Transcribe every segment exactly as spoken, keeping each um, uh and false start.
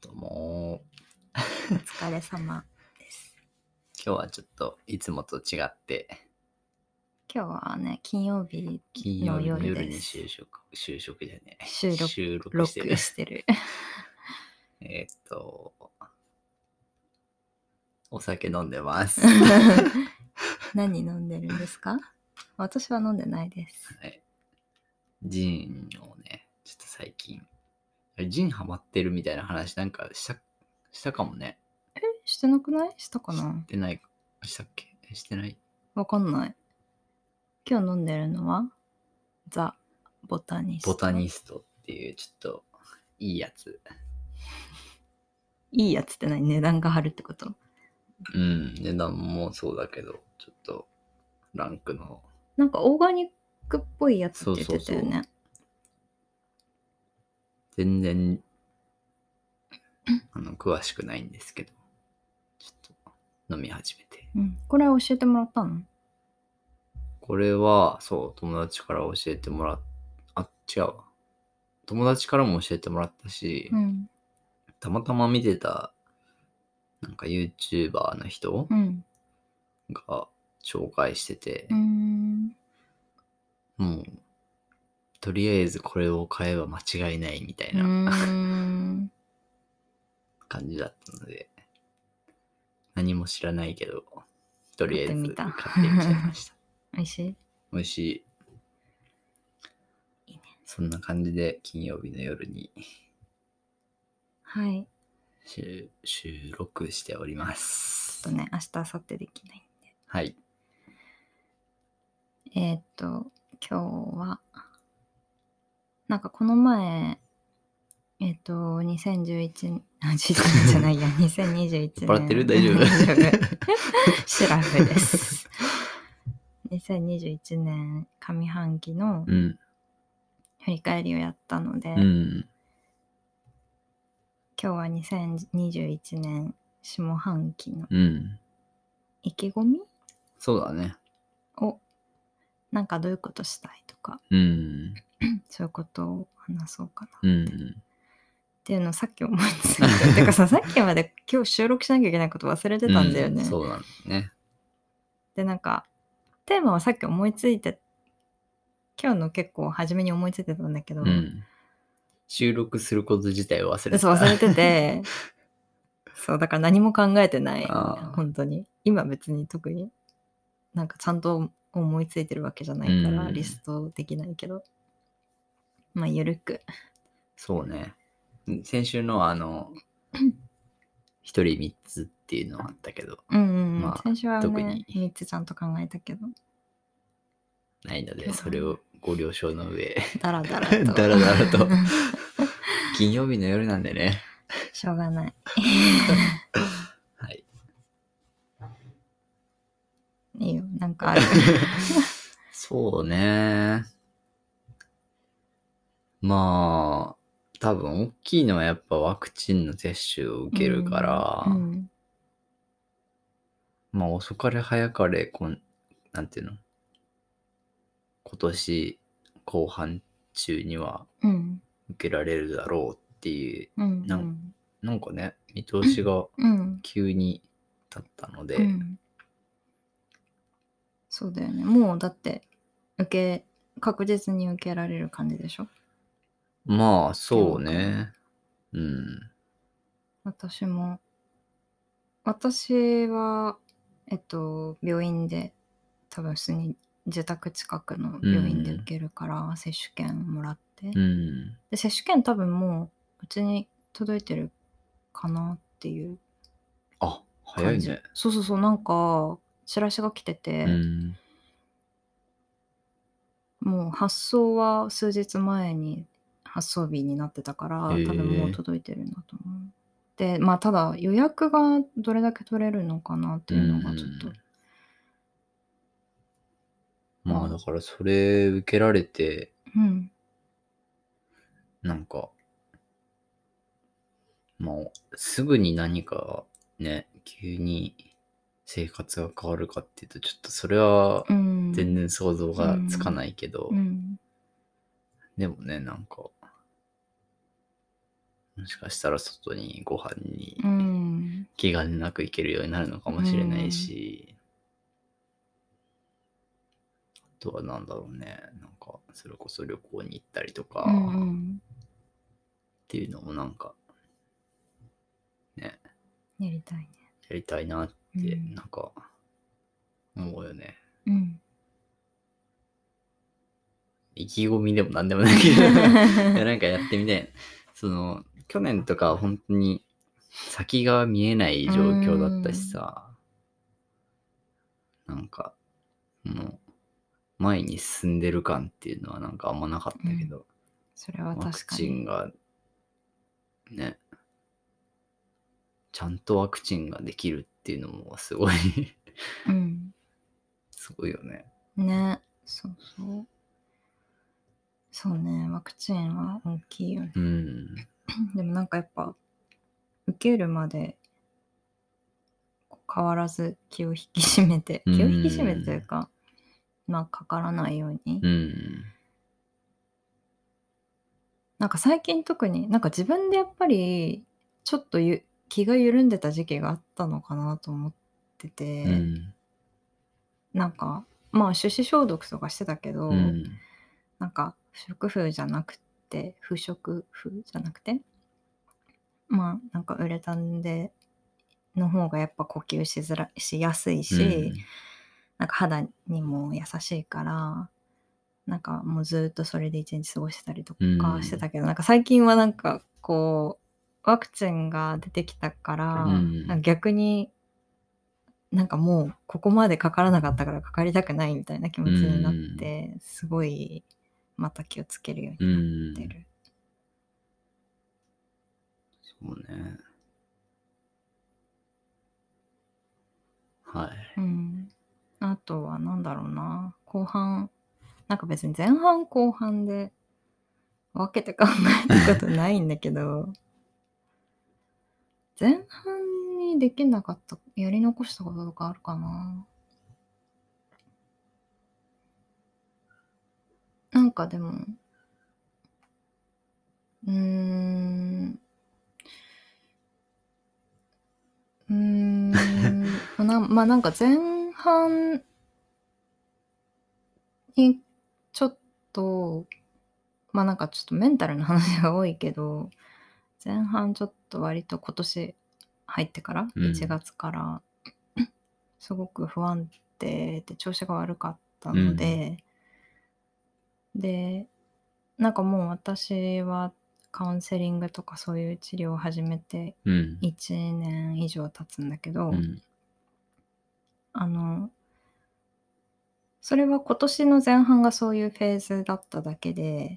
どうもお疲れ様です。 今日はちょっといつもと違って今日はね、金曜日金曜日のの夜夜にです。 就職就職じゃねえ収録収録録してるしてる。 えーっとお酒飲んでます何飲んでるんですか？私は飲んでないです。 はい、ジンをね、ちょっと最近ジンハマってるみたいな話なんかしたしたかもね。 え、してなくない？したかな？ してないかしたっけ？してない？ わかんない。今日飲んでるのはザ・ボタニスト。 ボタニストっていうちょっといいやつ。 いいやつって何？値段が張るってこと？ うん、値段もそうだけど、ちょっとランクのなんかオーガニックっぽいやつって言ってたよね。 そうそうそう全然あの詳しくないんですけど、ちょっと飲み始めて。 うん。これ教えてもらったの？ これはそう友達から教えてもらっあ違うわ友達からも教えてもらったし、 うん、 たまたま見てたなんか YouTuber の人うん、 が紹介してて、 うーん、 もうとりあえずこれを買えば間違いないみたいうなーん。 感じだったので、何も知らないけどとりあえず買ってみた。 買ってみちゃいました。 美味しい？ 美味しい。 いいね。 そんな感じで金曜日の夜にはい。 収収録しておりまちょっす。 とね、明日、明後日できないんで。 はい。 えーっと、今日は、なんかこの前、えーっと、にせんじゅういちねん、あ、じゅういちねんじゃないや、にせんにじゅういちねん。 酔っ払ってる？大丈夫？ 大丈夫。シラフです。にせんにじゅういちねん上半期のうん。 振り返りをやったので、 うん。 今日はにせんにじゅういちねん下半期のうん。 意気込みそうだね。 を、なんかどういうことしたいとか、 うん。 そういうことを話そうかな。 うん。 っていうのをさっき思いついた。てかさ、さっきまで今日収録しなきゃいけないこと忘れてたんだよね。 うん、そうなんだね。 で、なんか、テーマはさっき思いついて、今日の結構初めに思いついてたんだけど、 うん。収録すること自体を忘れてた。 そう、忘れてて、そう、だから何も考えてない。 あ本当に。今別に特になんかちゃんと思いついてるわけじゃないから、 うんリストできないけど。まあ、ゆるく。 そうね。先週のあの、一人三つっていうのはあったけど、 うんうんうん。 まあ先週は特ね、 にみっつちゃんと考えたけど、 ないので、 今日はねそれをご了承の上、 だらだらと。 だらだらと。金曜日の夜なんでね。 しょうがない。 はい。 いいよ、なんかある。 そうね。まあ、多分大きいのはやっぱワクチンの接種を受けるから、 うんうんまあ遅かれ早かれこん、なんていうの、今年後半中にはうん受けられるだろうっていう、 うんなん、なんかね、見通しがうん急に立ったので、 うんそうだよね。もうだって受け確実に受けられる感じでしょ？ まあそうね。うん。 私も私はえっと病院で多分普通に自宅近くの病院で受けるから、接種券もらって、 うん。 で接種券多分もううちに届いてるかなっていうあ、早感じ。 いね。 そうそうそう、なんかチラシが来てて、 うん。 もう発送は数日前に発送日になってたからへえ多分もう届いてるんだと思う。でまあただ予約がどれだけ取れるのかなっていうのがちょっと、 うんまあだからそれ受けられて、 うんなんか、まあすぐに何かね、急に生活が変わるかっていうと、ちょっとそれはうん全然想像がつかないけど、 うんでもね、なんか、 もしかしたら外にご飯うにん。 気兼ねなく行けるようになるのかもしれないし、あとはなんだろうね、なんかそれこそ旅行に行ったりとかうんうん。 っていうのもなんかね、 やりたいね。 やりたいなっうてん。 なんか思うよね。 うん。 意気込みでもなんでもないけど、いやなんかやってみたい。その、去年とかは本当に先が見えない状況だったしさ、なんか、もう、前に進んでる感っていうのはなんかあんまなかったけど、 それはワク確かに。 チンがね、ちゃんとワクチンができるっていうのもすごいうん。 すごいよね。 ね。そうそう。そうね。ワクチンは大きいよね。 うん。 でもなんかやっぱ、受けるまで変わらず気を引き締めて、気を引き締めてというか、まあかからないように。 うん。 なんか最近特に、なんか自分でやっぱり、ちょっとゆ気が緩んでた時期があったのかなと思ってうて、 ん。 なんか、まあ手指消毒とかしてたけど、 うん。 なんか不織布じゃなくて、不織布じゃなくて、まあなんかウレタンでの方がやっぱ呼吸しづらしやすいし、 うんなんか肌にも優しいから、なんかもうずっとそれで一日過ごしてたりとかしてたけど、なんか最近はなんかこうワクチンが出てきたから、 うんなんか逆になんかもうここまでかからなかったからかかりたくないみたいな気持ちになって、すごいまた気をつけるようになってる。 そうね。はい。 うん。あとはなんだろうな、後半、なんか別に前半後半で分けて考えたことないんだけど、前半にできなかった、やり残したこととかあるかな。なんかでも、うーん、うーん、なまあなんか前半にちょっと、まあなんかちょっとメンタルの話が多いけど、前半ちょっと割と今年入ってから、 うんいちがつからすごく不安定で調子が悪かったうんので、で、なんかもう私はカウンセリングとかそういう治療を始めてうんいちねん以上経つんだけど、 うんあの、それは今年の前半がそういうフェーズだっただけで、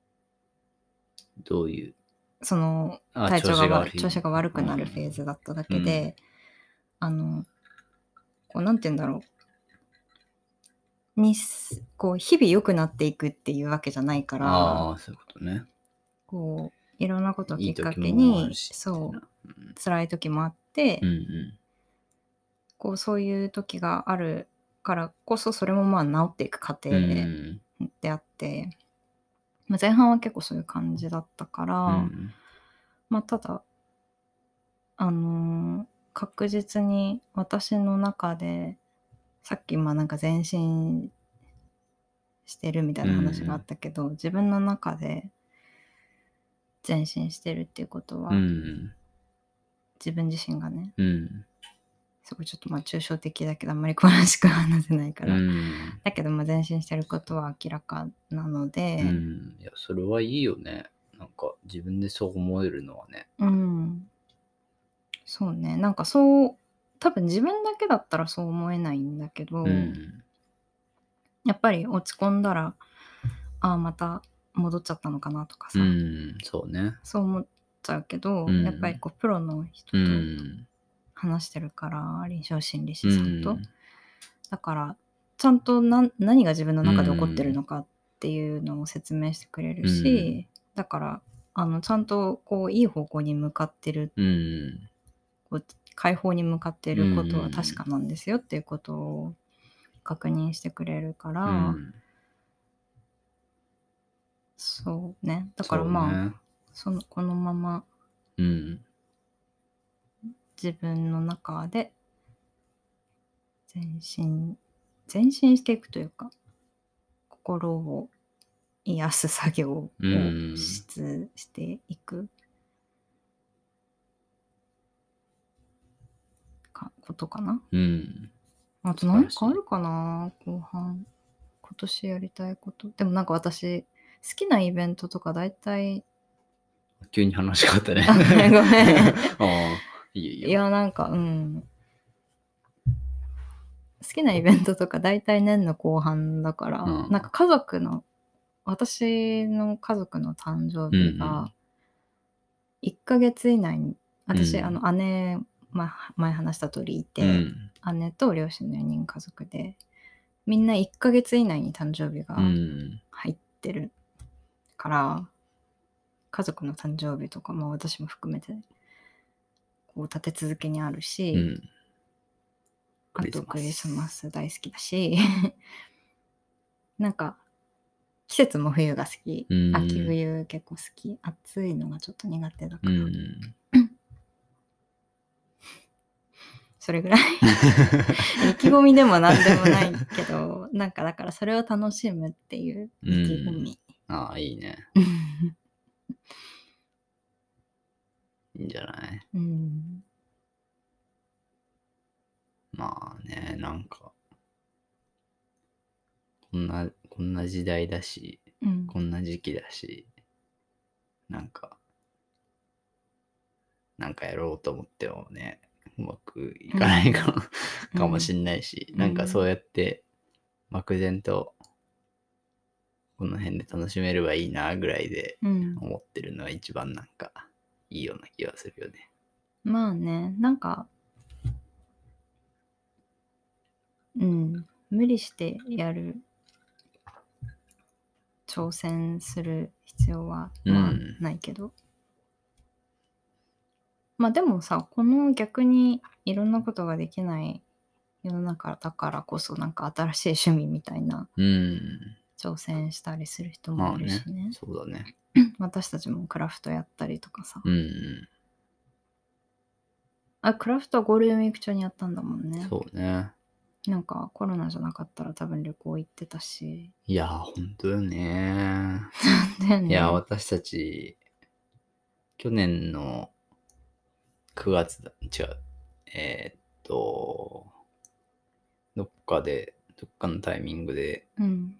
どういうそのあ体調がわ調子が悪い調子が悪くなるフェーズだっただけで、あの、こうなんて言うんだろう。にすこう日々良くなっていくっていうわけじゃないから、 ああ、そういうことね。 こういろんなことをきっかけいい時もあるに、 しそうみたいな辛い時もあって、 うんうんこうそういう時があるからこそそれもまあ治っていく過程うんであって、まあ、前半は結構そういう感じだったから、 うんまあただあのー確実に私の中でさっきまあなんか前進してるみたいな話があったけど、自分の中で前進してるっていうことは、 うん自分自身がね、 うんすごいちょっとまあ抽象的だけどあんまり詳しく話せないかうら、 んだけどまあ前進してることは明らかなので、 うんいやそれはいいよね。なんか自分でそう思えるのはね。 うん、そうね、なんかそう多分自分だけだったらそう思えないんだけど、 うんやっぱり落ち込んだらああまた戻っちゃったのかなとかさ、 うんそうね。 そう思っちゃうけど、 うんやっぱりこうプロの人うとん話してるから臨床心理う士さんと、 んだからちゃんと何何が自分の中で起こってるうんのかっていうのを説明してくれるうし、 んだからあのちゃんとこういい方向に向かってる、 うんこう解放に向かっていることは確かうなんですよっていうことを確認してくれるから、 んそうね、だからそうまあね。 そのこのままうん。 自分の中で前進前進していくというか、心を癒す作業をうん。 ししていくかことかな。 うん。 あと何かあるかな、後半。今年やりたいこと。でもなんか私、好きなイベントとか大体、 急に話し変わったね。 あごめんごめんああ、いいよいいよ。 いや、なんか、うん。好きなイベントとか大体年の後半だから、 うんなんか家族の、私の家族の誕生日がいっかげつ以内に、私、 うんあの姉、まあ、前話した通りいて、 うん。 姉と両親のよにん家族で、みんないっかげつ以内に誕生日うがん。 入ってるから、家族の誕生日とかも私も含めてこう立て続けにあるし、 うん。 あとクリスマス大好きだしなんか季節も冬が好き、 うん秋冬結構好き、暑いのがちょっと苦手だから、 うん。 それぐらい意気込みでもなんでもないけど、なんかだからそれを楽しむっていう意気込み、 ああ、いいね。いいんじゃない？ うん、 まあね、なんか、こんな、こんな時代だし、 うん、 こんな時期だし、なんか、なんかやろうと思ってもね、うまくいかないかも、 うん、 かもしんないし、 うんなんかそうやって、漠然と、この辺で楽しめればいいな、ぐらいでうん思ってるのは一番なんか、いいような気がするよね。 まあね、なんか、うん、無理してやる、挑戦する必要は、まあ、 うんないけど。まあでもさ、この逆にいろんなことができない世の中だからこそ、なんか新しい趣味みたいなうん。 挑戦したりする人まあねもいるしね。 そうだね。 私たちもクラフトやったりとかさ。 うん。 あ、クラフトはゴールデンウィーク中にやったんだもんね。 そうね。 なんかコロナじゃなかったら多分旅行行ってたし。 いやー、ほんとよねだよね。 いや、私たち、去年のくがつだ、違う。えーっと、どっかで、どっかのタイミングで、 うん。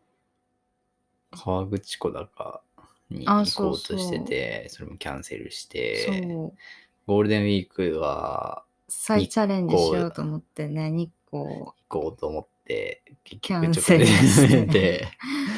河口湖だかにあ行そうそうこうとしてて、それもキャンセルして、 そう。 ゴールデンウィークは再チャレンジしようと行思ってね、日光こうと思って、結キャ局ちょっとンセルしてて、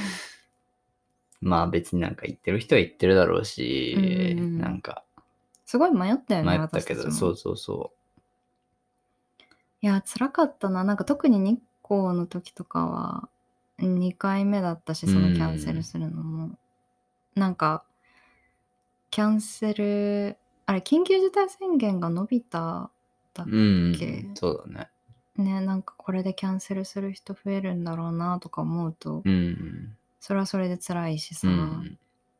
まあ別になんか行ってる人は行ってるだろうし、 うんうんうんなんかすごい迷ったよね、 迷ったけど、 私たちも。 そうそうそいや、辛かったな。なんか特に日光の時とかはにかいめだったし、そのキャンセルするのも。なんか、キャンセル、あれ、緊急事態宣言が伸びただっう。うけ、 ん、そうだね。 ね、なんかこれでキャンセルする人増えるんだろうなとか思うと、 うん。 それはそれで辛いしさ、 うん。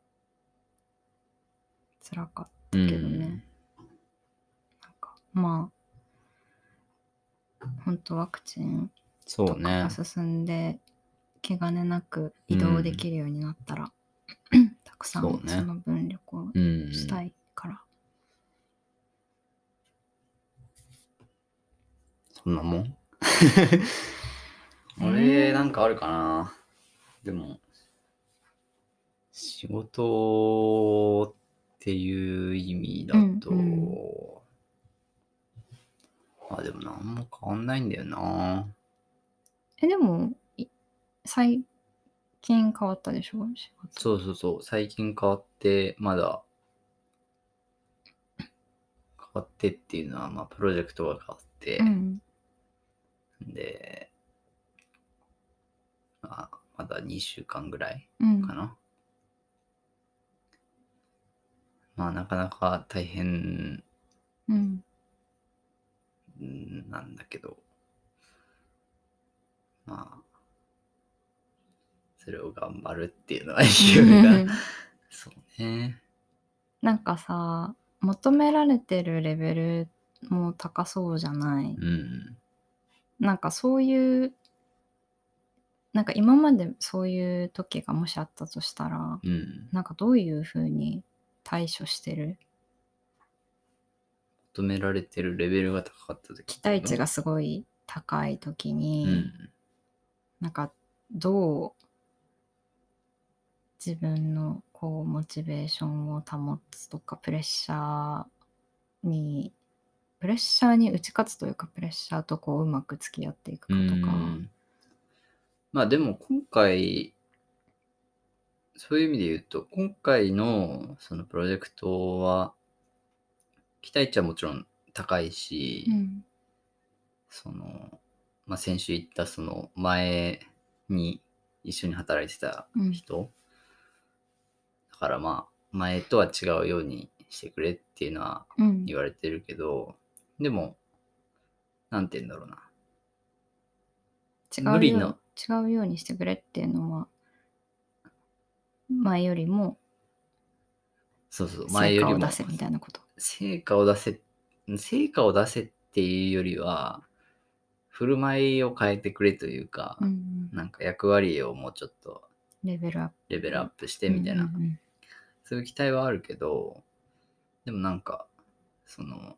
辛かっうたけどね。 ん。 なんかまあ、ほんとワクチンとかそうねが。進んで、気兼ねなく移動できるようになったら、たくさそうんねその分旅行うん。 したいから。 そんなもんえー俺、なんかあるかな。でも、仕事っていう意味だと、 うんうんあ、でもなんも変わんないんだよな。 え、でも、い最近変わったでしょ仕事。 そうそうそう。最近変わって、まだ、変わってっていうのは、まあ、プロジェクトが変わって、 うん。 で、まあ、まだにしゅうかんぐらいうん。 かな。まあ、なかなか大変うん。 なんだけど、まあ、それを頑張るっていうのは意味が、そうね。 なんかさ、 求められてるレベルも高そうじゃない。 うん。 なんかそういう、なんか今までそういう時がもしあったとしたら、 うん。 なんかどういう風に対処してる？ 求められてるレベルが高かった時期っていうの。 待値がすごい高い時に、 うん。 なんかどう自分のこうモチベーションを保つとか、プレッシャーにプレッシャーに打ち勝つというか、プレッシャーとこううまく付き合っていくうかとか。 ん。まあでも今回、そういう意味で言うと、今回のそのプロジェクトは、期待値はもちろん高いし、 うん。 その、まあ、先週言ったその前に一緒に働いてた人、だからまあ前とは違うようにしてくれっていうのはうん言われてるけど、でも、なんて言うんだろうな。 違うよう無理の、 違うようにしてくれっていうのは、前よりもそうそう、前成果を出よりもせみたいなこと。 成果を出せ、成果を出せっていうよりは、振る舞いを変えてくれというか、 うんうん、 なんか役割をもうちょっとレベルアップ。 レベルアップしてうんみたいな、 うんそういう期待はあるけど、でもなんか、その、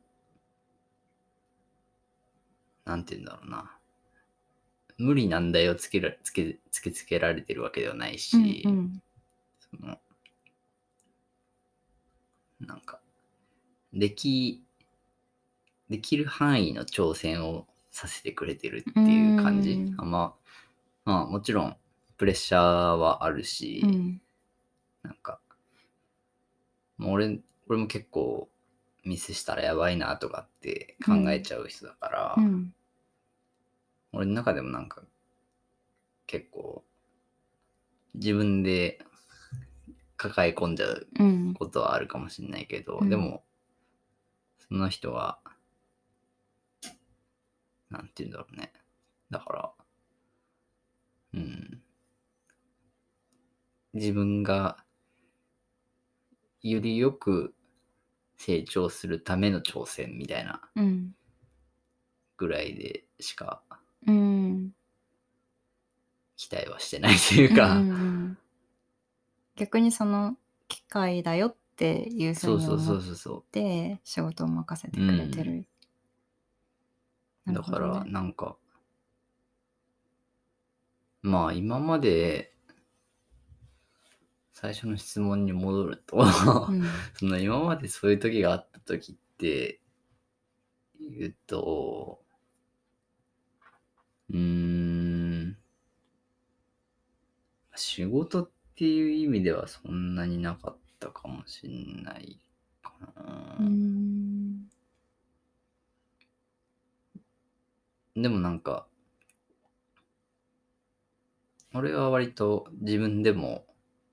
なんて言うんだろうな。無理なんだよつけらつけつけつけられてるわけではないうんし、 うんそのなんか、でき、できる範囲の挑戦をさせてくれてるうっていう感じ。 んあんま、まあもちろんプレッシャーはあるし、 うんなんか、もう俺、俺も結構ミスしたらやばいなとかって考えちゃう人だから、 うん俺の中でもなんか結構自分で抱え込んじゃううんことはあるかもしれないけど、 うんでも、その人は、なんて言うんだろうね。だから、うん、自分がよりよく成長するための挑戦みたいなうんぐらいでしかうん期待はしてないといううんうか、 ん、逆にその機会だよっていうふうそうそうそに思っうそうそて仕事を任せう。 てうくれてる。 ん。 なるだからほどね。 なんか、まあ今まで最初の質問に戻ると、 うん、 その今までそういう時があった時って言うと、うーん、仕事っていう意味ではそんなになかったかもしんないかうーな。 ん、 でもなんか、俺は割と自分でも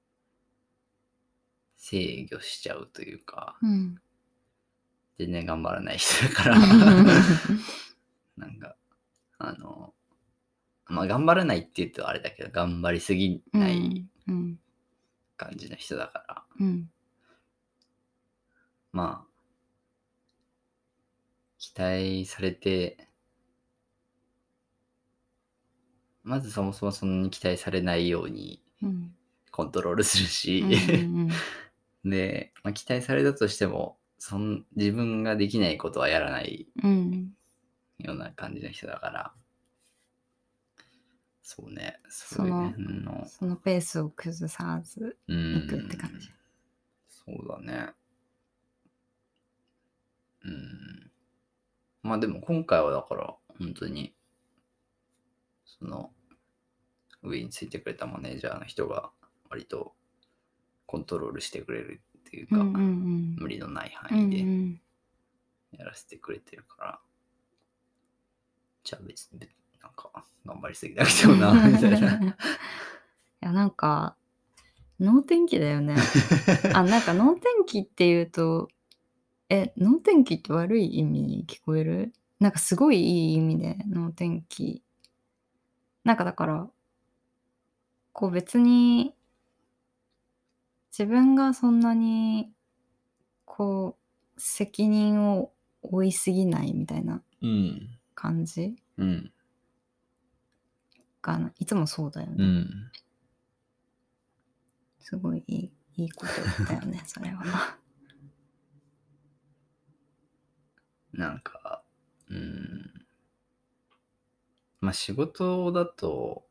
制御しちゃうというか、 うん。 全然頑張らない人だから、なんか、あの、まあ頑張らないって言うとあれだけど、頑張りすぎうないん、うん、 感じの人だから、 うん、 まあ、期待されて、まずそもそもそんなに期待されないようにうん、 コントロールするうし、 ん、 で、まあ、期待されたとしても、そん自分ができないことはやらないうん、 ような感じの人だから、そうね、そういうその、 の、 そのペースを崩さずういくって感ん、 じ。 そうだね。うん。まあでも今回はだから、本当に、その、上についてくれたマネージャーの人が、割とコントロールしてくれるっていうか、 うん、うん、 無理のないうん、う範囲でん。 やらせてくれてるから、じゃあ別に、なんか、頑張りすぎなくてもな、みたいな。 いや、なんか、能天気だよね。あ、なんか能天気っていうと、え、能天気って悪い意味に聞こえる？なんかすごいいい意味で能天気。なんかだから、こう別に自分がそんなにこう責任を負いすぎないみたいなうん。 感じうん。 かな。いつもそうだよね。 うん。 すごいいい、いいことだよね、それは。 なんか、うん。まあ仕事だと、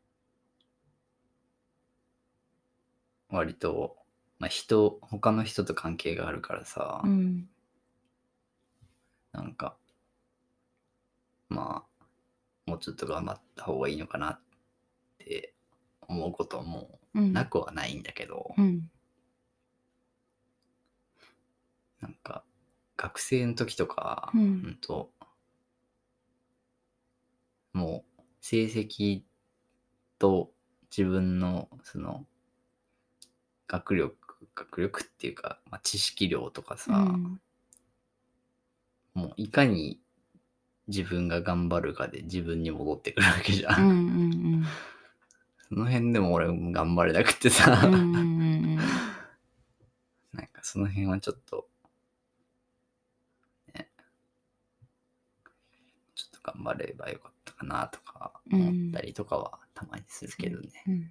割と、まあ人、他の人と関係があるからさ、 うん。 なんか、まあ、もうちょっと頑張った方がいいのかなって思うこともうん。 なくはないんだけど、 うん。 なんか、学生の時とか、 うんほんと、もう、成績と自分の、その、学力、学力っていうか、まあ、知識量とかうさ、 ん。 もういかに自分が頑張るかで自分に戻ってくるわけじゃん。 うん。うん。 その辺でも俺も頑張れなくてうん。 さ、 うん。うん。 なんかその辺はちょっと、ね、ちょっと頑張ればよかったかなとか思ったりとかはたまにするけどね。 うん。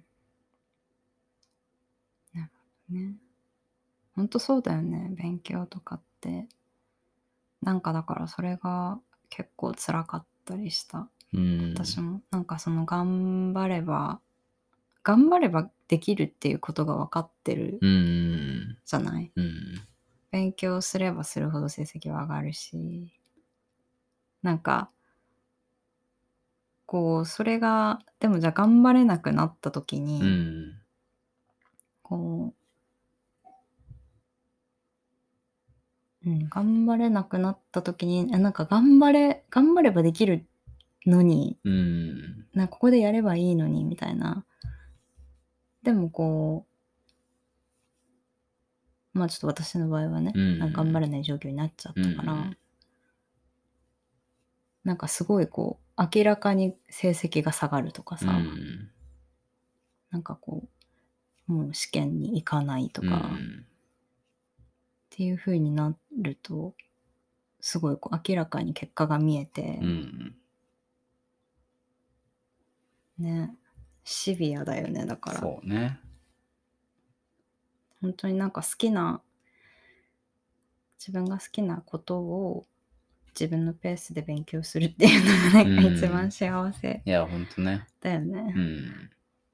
なるほどね。ほんとそうだよね、勉強とかって。なんかだからそれが結構辛かったりした。 うん。 私もなんかその頑張れば頑張ればできるっていうことが分かってるうん。 じゃない。 うん。 勉強すればするほど成績は上がるし、なんかこうそれがでもじゃあ頑張れなくなった時に、 うん。 こう、うん、頑張れなくなった時になんか頑張れ頑張ればできるのに、 うん。 なんかここでやればいいのにみたいな。でもこうまあちょっと私の場合はね、 うん。 なんか頑張れない状況になっちゃったから、 うんなんかすごいこう明らかに成績が下がるとかさ、 うんなんかこうもう試験に行かないとうんかっていう風になると、すごいこう明らかに結果が見えて、 うんね、シビアだよね。だからそうね。 本当になんか好きな自分が好きなことを自分のペースで勉強するっていうのがなんか一番幸せいや、ほんとね。 だよね。 うん。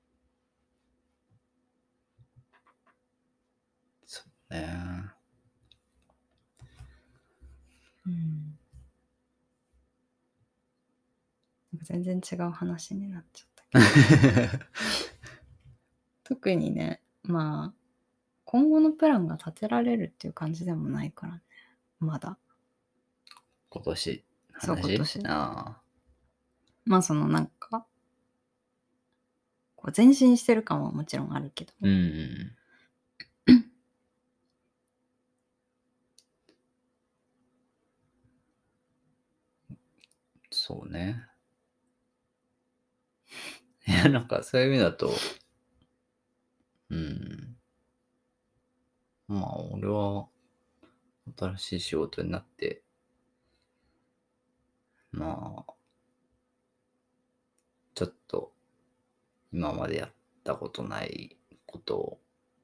そうね。 うん。なんか全然違う話になっちゃったけど特にね、まあ今後のプランが立てられるっていう感じでもないからね、まだ。 今年話。 そう今年ああ。 まあそのなんかこう前進してる感はもちろんあるけど、 うん。そうね。いや、なんかそういう意味だと、うん。まあ、俺は、新しい仕事になって、まあ、ちょっと、今までやったことないことを、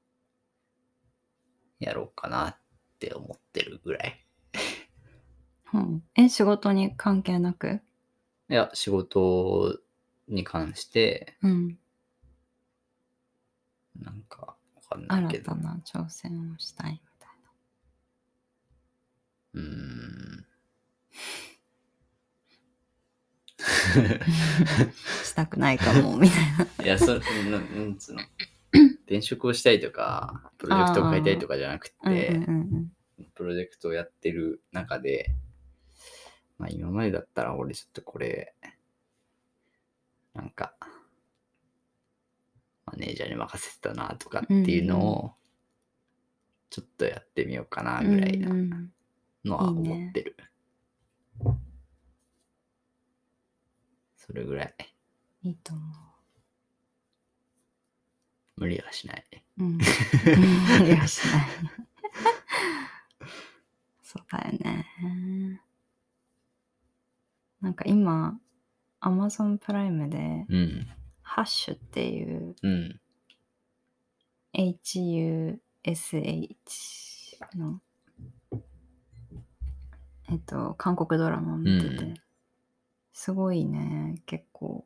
やろうかなって思ってるぐらい。 うん、え仕事に関係なく？ いや、仕事に関して、 うん。 なんか、わかんないけど。 新たな挑戦をしたいみたうーん。 いな。したくないかもみたいな。 いや、それ、ななんつうの。転職をしたいとか、プロジェクトを変えたいとかじゃなくうんうんて、 うんプロジェクトをやってる中で、まあ今までだったら俺ちょっとこれ、なんか、マネージャーに任せてたなとかっていうのを、ちょっとやってみようかなぐらいなのは思ってる。それぐらい。 いいと思無理はしない。 う。うん。無理はしない。 そうだよね。なんか今、Amazon プライムで、 うん。 ハッシュっていう、 うん。 エイチユーエスエイチ の、えっと、韓国ドラマを見てて、 うんすごいね、結構、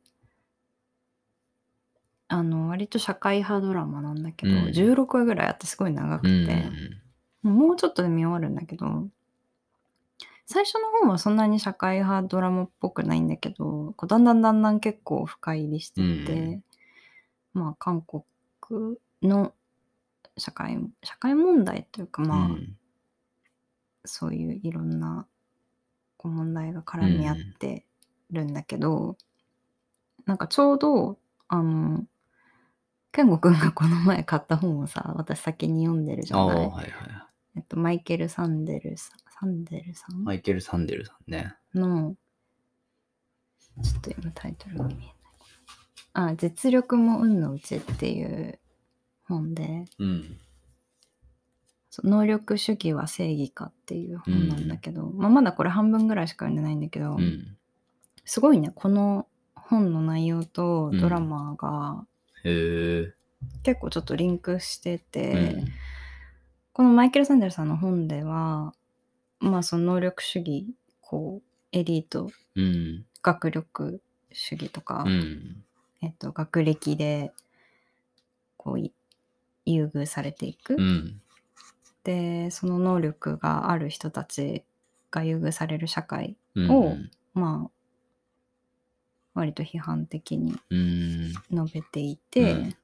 あの、割と社会派ドラマなんだけど、 うんじゅうろくわぐらいあってすごい長うくて、 ん。 もうちょっとで見終わるんだけど、最初の方はそんなに社会派ドラマっぽくないんだけど、こうだんだんだんだん結構深入りしてって、まあ韓国の社会、社会問題というか、 うまあ、 ん。 そういういろんなこう問題がう絡み合っん。 てるんだけど、なんかちょうど、あの、健吾くんがこの前買った本をさ、私先に読んでるじああ、 ゃない。 はいはいはい。 えっと、マイケル・サンデルさん、サンデルさんマイケル・サンデルさんね。 の、ちょっと今タイトルが見えない。あ、実力も運のうちっていう本で、 うん。 そう能力主義は正義かっていう本なんだけど、まあ、まだこれ半分ぐらいしか読んでないんだけど、 うん。 すごいね、この本の内容とドラマがへえ。 結構ちょっとリンクしてて、 うん。 このマイケル・サンデルさんの本では、まあその能力主義、こう、エリート、 うん。 学力主義とか、 うん。 えっと、学歴で、こう、い優遇されていく。 うん。 で、その能力がある人たちが優遇される社会うん。 を、まあ、割と批判的にうん。 述べていて、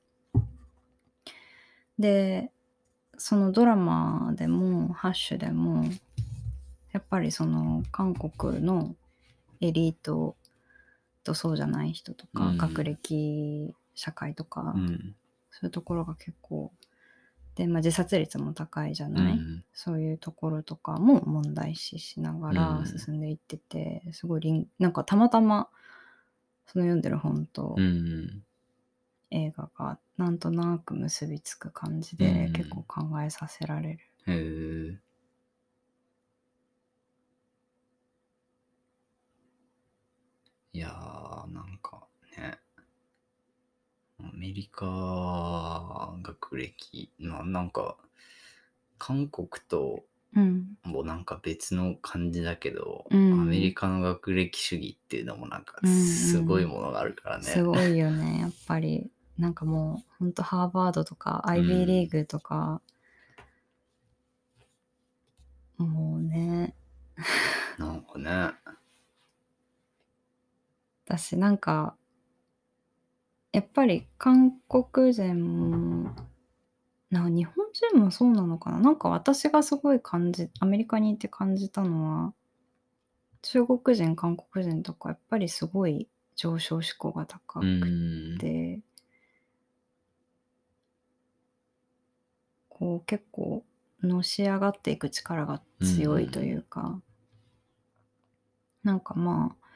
で、そのドラマでも、ハッシュでも、やっぱりその韓国のエリートとそうじゃない人とか、 うん学歴社会とか、 うん。 そういうところが結構、で、まあ、自殺率も高いじゃうない、 ん。 そういうところとかも問題視しながらうん進んでいってて、すごいリンなんかたまたまその読んでる本とうん。 映画がなんとなく結びつく感じで、 うん結構考えさせられる。 へえ。いやー、なんかね、アメリカ学歴、まあなんか、韓国とうん。 もうなんか別の感じだけど、 うんアメリカの学歴主義っていうのもなんかうんうんすごいものがあるからね。 すごいよね、やっぱり。なんかもう、ほんとハーバードとか、アイビーリーグとか、もうね、 なんかね。 私なんか、やっぱり韓国人も、な日本人もそうなのかな。なんか私がすごい感じ、アメリカにいて感じたのは、中国人、韓国人とかやっぱりすごい上昇志向が高うくん。 て、こう結構のし上がっていく力が強いというか、なんかまあ、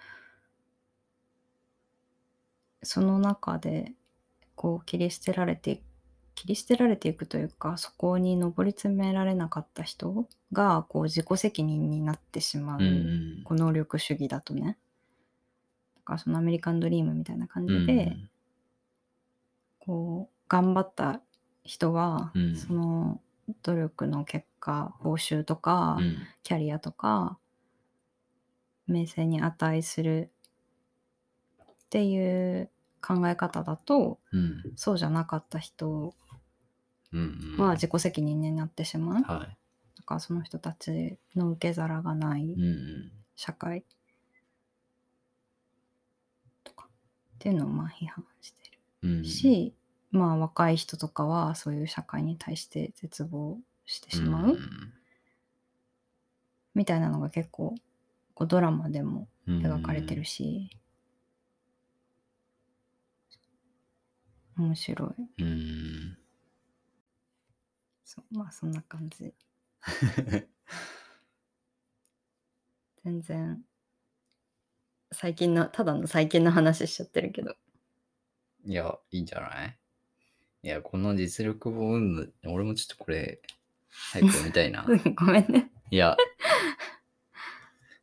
その中でこう切り捨てられてい切り捨てられていくというか、そこに上り詰められなかった人がこう自己責任になってしまう、 うんこう能力主義だとね。だからそのアメリカンドリームみたいな感うじで、 ん。 こう頑張った人は、 うんその努力の結果、報酬とか、 うんキャリアとか、名声に値するっていう考え方だと、 うんそうじゃなかった人うんは自己責任になってしまう。 はだからその人たちの受け皿がないい。うん社会とかっていうのをまあ批判してうんるし、まあ若い人とかはそういう社会に対して絶望してしまうみたいなのが結構こうドラマでも描かれてるし、面白い。 うん。 そうまあそんな感じ。全然最近のただの最近の話しちゃってるけど。 いや、いいんじゃない？いや、この実力本、俺もちょっとこれ、早く読みたいな。 ごめんね。 いや、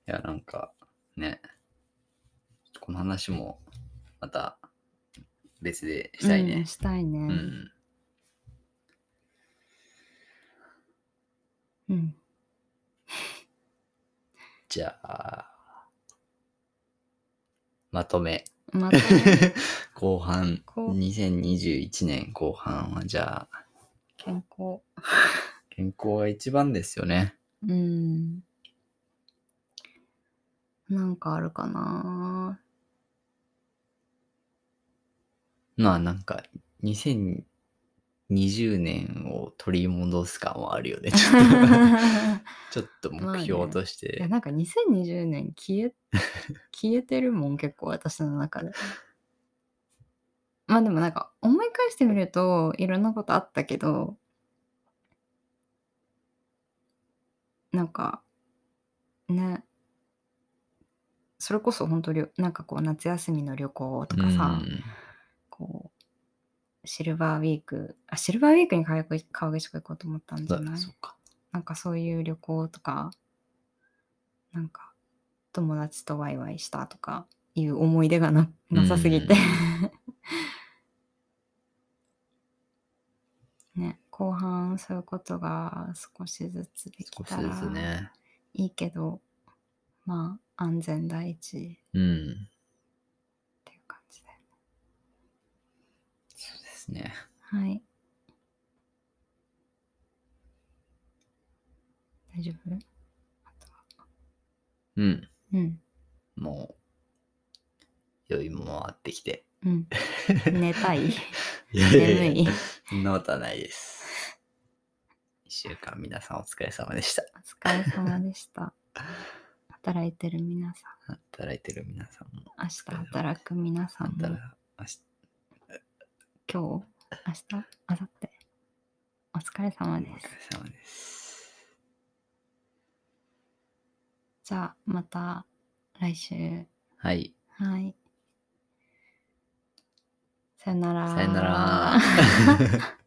や、なんか、ね、この話もまた別でしたいね。 うん、したいね。 うん。 うん。 じゃあ、まとめ。 また後半、 こうにせんにじゅういちねん後半は、じゃあ、 健康。 健康が一番ですよね。 うん。なんかあるかな。 まあなんか、にせんにじゅうねんを取り戻す感はあるよね。ちょっと、ちょっと目標としいや、 て。 なんかにせんにじゅうねん消え、消えてるもん、結構私の中で。まあでもなんか思い返してみるといろんなことあったけど、なんかね、それこそ本当になんかこう夏休みの旅行とうかさ、 ん。 こうシルバーウィーク、あ、シルバーウィークに川口川口湖行こうと思ったんじゃそない？ そっか。 なんかそういう旅行とか、なんか友達とワイワイしたとかいう思い出がななさすぎてね、後半そういうことが少しずつできた少しずつらね。 いいけど、まあ安全第一うん。 っていう感じで。 そうですね。 はい。大丈夫？ うん。 うん。 もう、余裕も回ってきて。 うん。寝たい。 いやいやいや眠い。 そんなことはないです。一週間皆さんお疲れ様でした。 お疲れ様でした。働いてる皆さん。 働いてる皆さんも。 明日働く皆さんも。 働明日今日、明日、明後日。お疲れ様でお疲す。 れ様です。 じゃあ、また来週。 はい。 はい。さよなら。 さよなら。